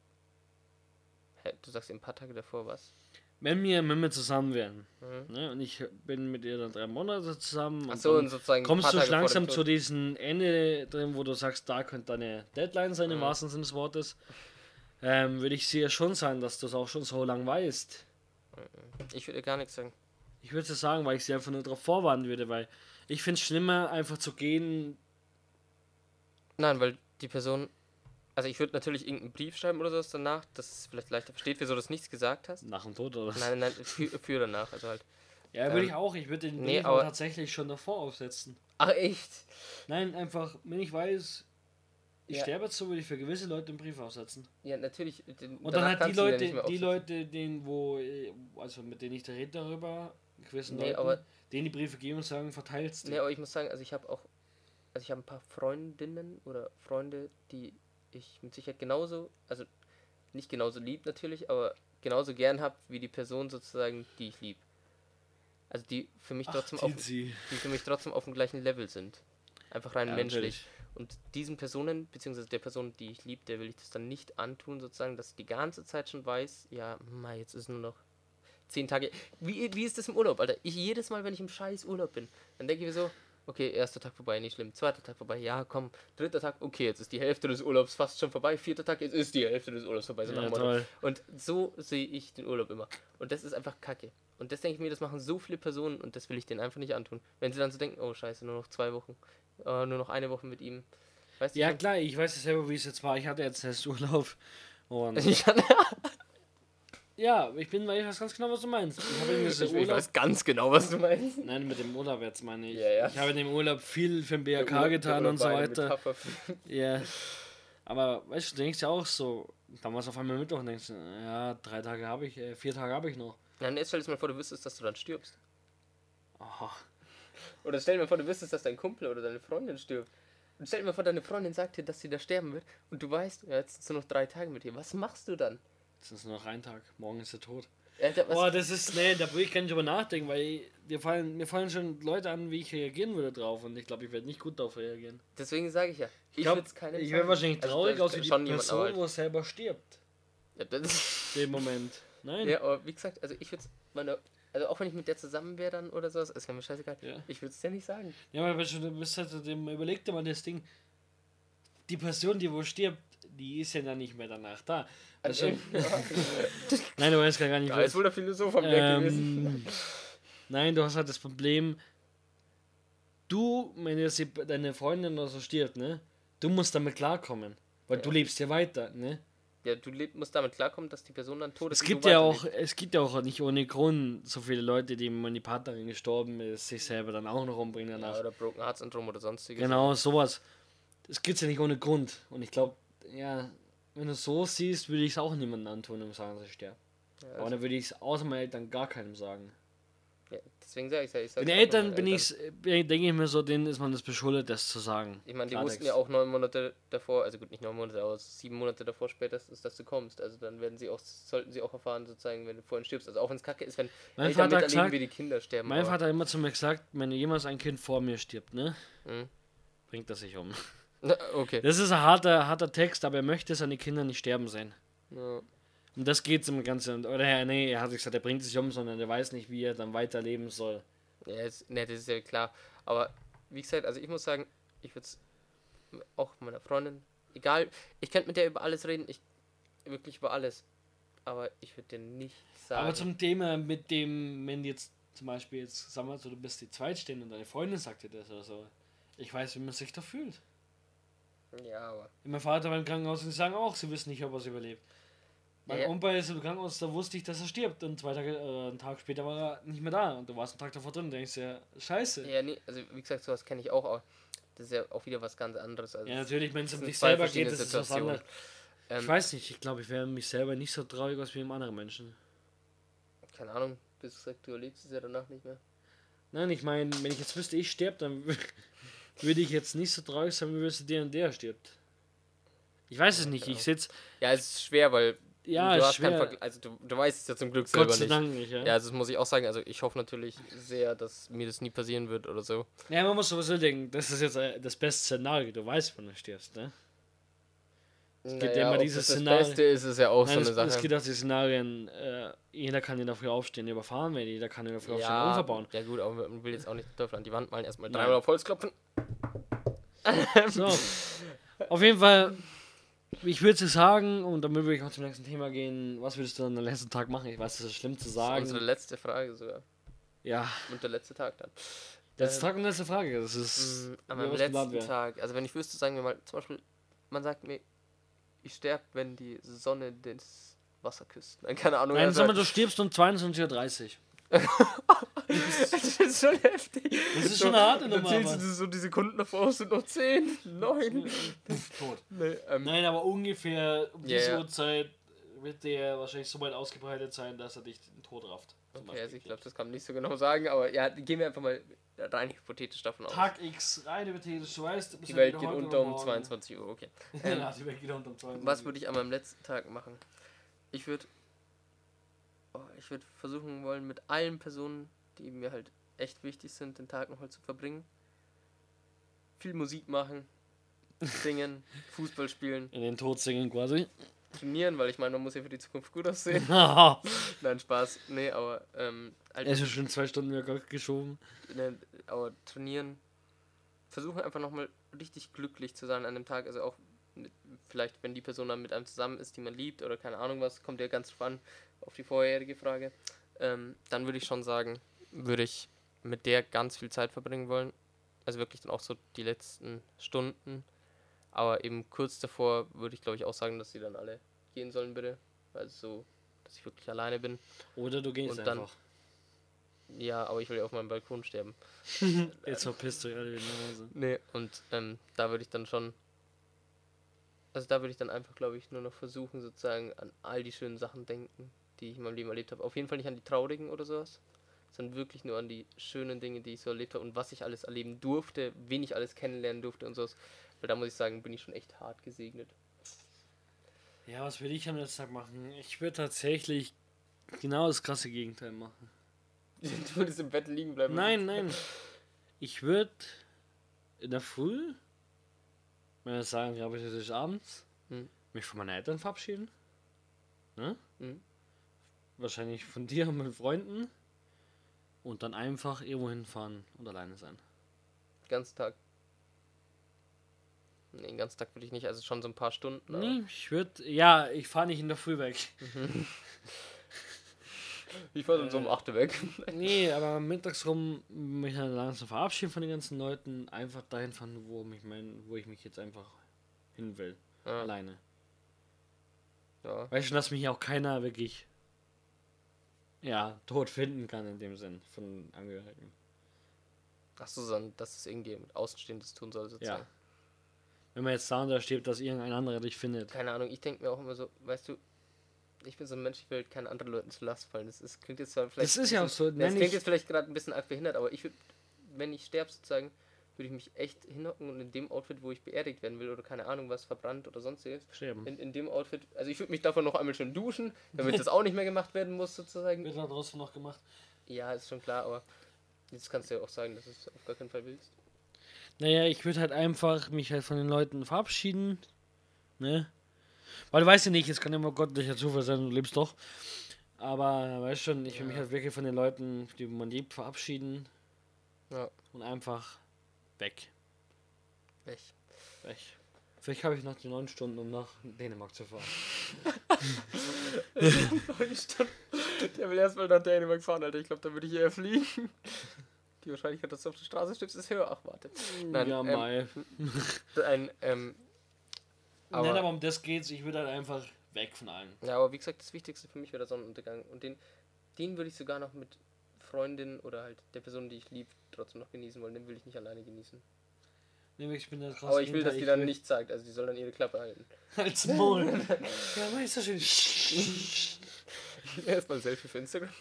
Hä, du sagst ein paar Tage davor was? wenn wir zusammen wären, Mhm. ne, und ich bin mit ihr dann 3 Monate zusammen, Achso, und und sozusagen. ein kommst paar du Tage vor dem langsam Tod. zu diesem Ende drin, wo du sagst, da könnte deine Deadline sein, im Mhm. wahrsten Sinne des Wortes, würde ich sie ja schon sagen, dass du es auch schon so lang weißt. Ich würde gar nichts sagen. Ich würde es sagen, weil ich sie einfach nur darauf vorwarnen würde, weil ich finde es schlimmer, einfach zu gehen. Nein, weil die Person. Also ich würde natürlich irgendeinen Brief schreiben oder sowas danach, dass es vielleicht leichter versteht, wieso du das nichts gesagt hast. Nach dem Tod, oder? Nein, für danach, also halt. Ja, würde ich auch. Ich würde den nee, Brief aber aber- tatsächlich schon davor aufsetzen. Ach echt? Nein, einfach, wenn ich weiß, ich Ja. sterbe jetzt so, würde ich für gewisse Leute einen Brief aufsetzen. Ja, natürlich. Und dann hat die Leute, also mit denen ich da rede darüber, gewissen Nee, Leuten, aber- denen die Briefe geben und sagen, verteilst du. Nee, aber ich muss sagen, also ich habe ein paar Freundinnen oder Freunde, die ich mit Sicherheit genauso, also nicht genauso lieb natürlich, aber genauso gern habe wie die Person sozusagen, die ich lieb. Also die für mich trotzdem sie. die für mich trotzdem auf dem gleichen Level sind. Einfach rein Ja, menschlich. natürlich. Und diesen Personen, beziehungsweise der Person, die ich liebe, der will ich das dann nicht antun, sozusagen, dass ich die ganze Zeit schon weiß, ja, jetzt ist nur noch 10 Tage. Wie ist das im Urlaub, Alter? Ich jedes Mal, wenn ich im scheiß Urlaub bin, dann denke ich mir so, okay, erster Tag vorbei, nicht schlimm. Zweiter Tag vorbei, ja, komm. Dritter Tag, okay, jetzt ist die Hälfte des Urlaubs fast schon vorbei. Vierter Tag, jetzt ist die Hälfte des Urlaubs vorbei. So nach Ja, dem Motto. toll. Und so sehe ich den Urlaub immer. Und das ist einfach Kacke. Und das denke ich mir, das machen so viele Personen und das will ich denen einfach nicht antun. Wenn sie dann so denken, oh scheiße, nur noch 2 Wochen, nur noch eine Woche mit ihm. Weißt du? Ja, klar, ich weiß ja selber, wie es jetzt war. Ich hatte jetzt erst Urlaub. Und Ich, ja, ich weiß ganz genau, was du meinst. Ich habe irgendwie so ich Urlaub. weiß ganz genau, was du meinst. Nein, mit dem Urlaub jetzt meine ich. Ja, ja. Ich habe in dem Urlaub viel für den BRK Der getan Urlaub und so war eine weiter. Metapher. Ja. Aber weißt du, du denkst ja auch so, damals auf einmal Mittwoch denkst du, ja, 3 Tage habe ich, 4 Tage habe ich noch. Ja, und jetzt stell dir mal vor, du wüsstest, dass du dann stirbst. Aha. Oder stell dir mal vor, du wüsstest, dass dein Kumpel oder deine Freundin stirbt. Und stell dir mal vor, deine Freundin sagt dir, dass sie da sterben wird. Und du weißt, ja, jetzt sind nur noch 3 Tage mit ihr. Was machst du dann? Jetzt ist nur noch 1 Tag, morgen ist er tot. Was, Boah, das ist, nee, da will ich gar nicht drüber nachdenken, weil mir fallen schon Leute an, wie ich reagieren würde drauf. Und ich glaube, ich werde nicht gut darauf reagieren. deswegen sage ich ja. Ich glaube, würd's keinem ich sagen. wäre wahrscheinlich Also, traurig da aus wie die schon jemand, aber Person, halt- wo es selber stirbt. Ja, das In dem Moment. Nein. ja, aber wie gesagt, also ich würde es also auch wenn ich mit der zusammen wäre dann oder sowas, ist mir scheißegal. Ja. Ich würde es dir nicht sagen. Ja, aber du bist halt überleg dir mal das Ding. Die Person, die wo stirbt, die ist ja dann nicht mehr danach da. Also, nein, du weißt gar nicht, Da ist wohl der Philosoph am Werk gewesen. Nein, du hast halt das Problem, wenn jetzt deine Freundin oder so stirbt, ne? Du musst damit klarkommen. Weil du lebst ja weiter, ne? Ja, du musst damit klarkommen, dass die Person dann tot ist. Es gibt ja auch nicht ohne Grund so viele Leute, die, wenn die Partnerin gestorben ist, sich selber dann auch noch umbringen danach. Ja, oder Broken Heart Syndrom oder sonstiges. Genau, sowas. Das gibt's ja nicht ohne Grund. Und ich glaube, ja, wenn du so siehst, würde ich es auch niemandem antun, um sagen, dass ich sterbe. Ja, Aber dann würde ich es außer meinen Eltern gar keinem sagen. Ja, deswegen sage ich ja. Den Eltern denke ich mir so, denen ist man das beschuldet, das zu sagen. Ich meine, die wussten ja auch 9 Monate davor, also gut, nicht 9 Monate, aber 7 Monate davor spätestens, dass du kommst. Also dann sollten sie auch erfahren, sozusagen, wenn du vorhin stirbst. Also auch wenn es kacke ist, wenn Eltern miterleben, wie die Kinder sterben. Mein Vater hat immer zu mir gesagt, wenn jemals ein Kind vor mir stirbt, ne? Bringt er sich um. Okay. Das ist ein harter Text, aber er möchte seine Kinder nicht sterben sehen. Ja. Und das geht im Ganzen. Oder nee, er hat gesagt, er bringt sich um, sondern er weiß nicht, wie er dann weiterleben soll. Ja, das ist ja klar. Aber wie gesagt, also ich muss sagen, ich würde es auch meiner Freundin, egal, ich könnte mit der über alles reden, wirklich über alles. Aber ich würde dir nicht sagen. Aber zum Thema mit dem, wenn jetzt zum Beispiel jetzt, sagen wir so, du bist die Zweitstehende und deine Freundin sagt dir das oder so. Ich weiß, wie man sich da fühlt. Ja, aber. Mein Vater war im Krankenhaus und die sagen auch, sie wissen nicht, ob er es überlebt. Mein Opa ist im Krankenhaus, da wusste ich, dass er stirbt. Und einen Tag später war er nicht mehr da. Und du warst einen Tag davor drin und denkst ja, scheiße. Ja, nee, also wie gesagt, sowas kenne ich auch. Aber das ist ja auch wieder was ganz anderes. Also ja, natürlich, wenn es um dich selber geht, ist es was anderes. Ich weiß nicht, ich glaube, ich wäre mich selber nicht so traurig als wie einem anderen Menschen. Keine Ahnung, bis gesagt, du erlebst es ja danach nicht mehr. Nein, ich meine, wenn ich jetzt wüsste, ich sterbe, dann würde ich jetzt nicht so traurig sein, wie wüsste der und der stirbt. Ich weiß es nicht, ich sitze... Ja, es ist schwer, weil ja, du hast schwer. Also du weißt es ja zum Glück selber Gott sei Dank nicht. Ja, also das muss ich auch sagen. Also ich hoffe natürlich sehr, dass mir das nie passieren wird oder so. Ja, man muss sowieso denken, das ist jetzt das beste Szenario. Du weißt, wann du stirbst, ne? Es gibt ja immer dieses Szenario. Das Beste ist es ja auch so eine Sache. Es gibt auch die Szenarien, jeder kann in der Früh aufstehen, überfahren werden, jeder kann in der Früh aufstehen, Unfall bauen. Ja gut, aber man will jetzt auch nicht den Teufel an die Wand malen, erstmal dreimal auf Holz klopfen. So, auf jeden Fall, ich würde sagen, und damit würde ich auch zum nächsten Thema gehen, was würdest du an dem letzten Tag machen? Ich weiß, das ist schlimm zu sagen. Das ist unsere letzte Frage sogar. Ja. Und der letzte Tag dann. Letzter Tag und letzte Frage, das ist... An meinem letzten Tag, also wenn ich wüsste, sagen wir mal, zum Beispiel, man sagt mir, ich sterbe, wenn die Sonne das Wasser küsst. Nein, keine Ahnung. Nein, sag mal, du stirbst um 22:30 Uhr. Das ist schon heftig. Das ist schon eine harte Nummer. Dann zählst du so die Sekunden davor, sind noch 10, 9. Tot. Nee, nein, aber ungefähr um diese Uhrzeit wird der wahrscheinlich so weit ausgebreitet sein, dass er dich in den Tod rafft. Okay, also ich glaube, das kann man nicht so genau sagen, aber ja, gehen wir einfach mal rein hypothetisch davon aus. Tag X, rein hypothetisch, du weißt... Die Welt geht unter um 22 Uhr, okay. Ja, die Welt geht unter um 22 Uhr. Was würde ich an meinem letzten Tag machen? Ich würde versuchen wollen, mit allen Personen, die mir halt echt wichtig sind, den Tag noch mal zu verbringen. Viel Musik machen, singen, Fußball spielen. In den Tod singen quasi. Trainieren, weil ich meine, man muss ja für die Zukunft gut aussehen. Nein, Spaß. Nee, aber er ist ja schon 2 Stunden mehr geschoben. Ne, aber trainieren. Versuchen einfach nochmal richtig glücklich zu sein an dem Tag. Also auch vielleicht, wenn die Person dann mit einem zusammen ist, die man liebt oder keine Ahnung was, kommt ja ganz drauf an, auf die vorherige Frage. Dann würde ich schon sagen, würde ich mit der ganz viel Zeit verbringen wollen. Also wirklich dann auch so die letzten Stunden. Aber eben kurz davor würde ich, glaube ich, auch sagen, dass sie dann alle gehen sollen, bitte. Also so, dass ich wirklich alleine bin. Oder du gehst und einfach. Dann, ja, aber ich will ja auf meinem Balkon sterben. Jetzt verpisst du alle wieder nach Hause. Nee, und da würde ich dann schon... Also da würde ich dann einfach, glaube ich, nur noch versuchen, sozusagen an all die schönen Sachen denken, die ich in meinem Leben erlebt habe. Auf jeden Fall nicht an die traurigen oder sowas, sondern wirklich nur an die schönen Dinge, die ich so erlebt habe und was ich alles erleben durfte, wen ich alles kennenlernen durfte und sowas. Weil da muss ich sagen, bin ich schon echt hart gesegnet. Ja, was würde ich am letzten Tag machen? Ich würde tatsächlich genau das krasse Gegenteil machen. Du würdest im Bett liegen bleiben? Nein. Ich würde in der Früh, wenn wir sagen, glaube ich, das ist abends, mich von meinen Eltern verabschieden. Ne? Wahrscheinlich von dir und meinen Freunden. Und dann einfach irgendwo hinfahren und alleine sein. Ganzen Tag? Nee, den ganzen Tag würde ich nicht, also schon so ein paar Stunden. Nee, ich fahre nicht in der Früh weg. Ich fahr dann so um 8 Uhr weg. Nee, aber mittags rum mich dann langsam verabschieden von den ganzen Leuten, einfach dahin fahren, wo ich mich jetzt einfach hin will. Ja. Alleine. Ja. Weißt du, dass mich auch keiner wirklich tot finden kann in dem Sinn von Angehörigen. Achso, sondern dass es irgendwie mit Außenstehendes tun soll, sozusagen. Ja. Wenn man jetzt da steht, dass irgendein anderer dich findet. Keine Ahnung, ich denke mir auch immer so, weißt du, ich bin so ein Mensch, ich will halt keinen anderen Leuten zu Last fallen. Klingt jetzt zwar vielleicht. Das ist ja auch so. Das klingt jetzt vielleicht gerade ein bisschen arg behindert, aber ich würde, wenn ich sterbe sozusagen, würde ich mich echt hinhocken und in dem Outfit, wo ich beerdigt werden will oder keine Ahnung was, verbrannt oder sonstiges. Sterben. In dem Outfit, also ich würde mich davon noch einmal schön duschen, damit das auch nicht mehr gemacht werden muss sozusagen. Wird da draußen noch gemacht. Ja, ist schon klar, aber jetzt kannst du ja auch sagen, dass du es auf gar keinen Fall willst. Naja, ich würde halt einfach mich halt von den Leuten verabschieden. Ne? Weil du weißt ja nicht, es kann immer göttlicher Zufall sein, du lebst doch. Aber weißt schon, ich will mich halt wirklich von den Leuten, die man liebt, verabschieden. Ja. Und einfach weg. Weg. Vielleicht habe ich noch die 9 Stunden, um nach Dänemark zu fahren. 9 Stunden. Der will erstmal nach Dänemark fahren, Alter. Ich glaube, da würde ich eher fliegen. Die Wahrscheinlichkeit, dass du auf der Straße stirbst, ist höher. Ach, warte. Nein, Ja, mal. Aber, Nein, aber um das geht's. Ich würde halt einfach weg von allen. ja, aber wie gesagt, das Wichtigste für mich wäre der Sonnenuntergang. Und den würde ich sogar noch mit Freundin oder halt der Person, die ich liebe, trotzdem noch genießen wollen. Den will ich nicht alleine genießen. Nee, ich bin da krass. Aber ich will, dass die dann nichts sagt. Also die soll dann ihre Klappe halten. Als Maul. Ja, mach ich so schön. Erstmal ein Selfie für Instagram.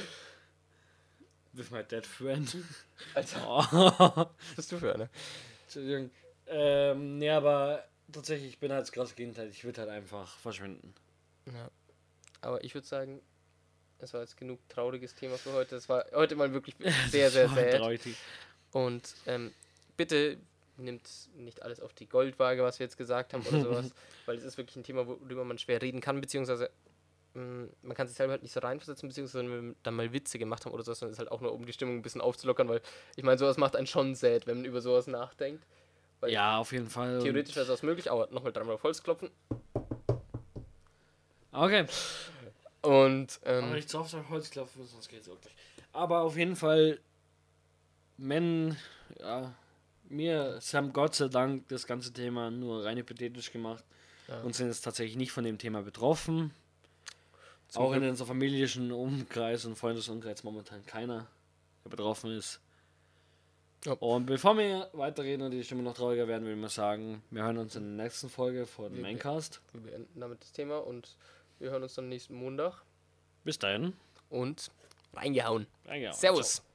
With my dead friend. Alter, Oh. was bist du für eine? Entschuldigung. Nee, aber tatsächlich, ich bin halt das krasse Gegenteil. Ich würde halt einfach verschwinden. Ja. Aber ich würde sagen, es war jetzt genug trauriges Thema für heute. Das war heute mal wirklich sehr, sehr sad. Traurig. Und bitte nimmt nicht alles auf die Goldwaage, was wir jetzt gesagt haben oder sowas, weil es ist wirklich ein Thema, worüber man schwer reden kann, beziehungsweise man kann sich selber halt nicht so reinversetzen, beziehungsweise wenn wir dann mal Witze gemacht haben oder sowas, dann ist halt auch nur, um die Stimmung ein bisschen aufzulockern, weil ich meine, sowas macht einen schon sad, wenn man über sowas nachdenkt. Weil Ja, auf jeden Fall. theoretisch wäre sowas möglich, aber nochmal dreimal auf Holz klopfen. Okay. Und Aber nicht zu oft auf Holz klopfen, sonst geht's wirklich. Aber auf jeden Fall, mir haben Gott sei Dank das ganze Thema nur rein hypothetisch gemacht und sind jetzt tatsächlich nicht von dem Thema betroffen. Zum Auch in Glück. unserem familischen Umkreis und Freundesumkreis momentan keiner, der betroffen ist. Ja. Und bevor wir weiterreden und die Stimme noch trauriger werden, würde ich mal sagen, wir hören uns in der nächsten Folge von Wir- Maincast. wir beenden damit das Thema und wir hören uns dann nächsten Montag Bis dahin. und reingehauen. Ja, Servus. ciao.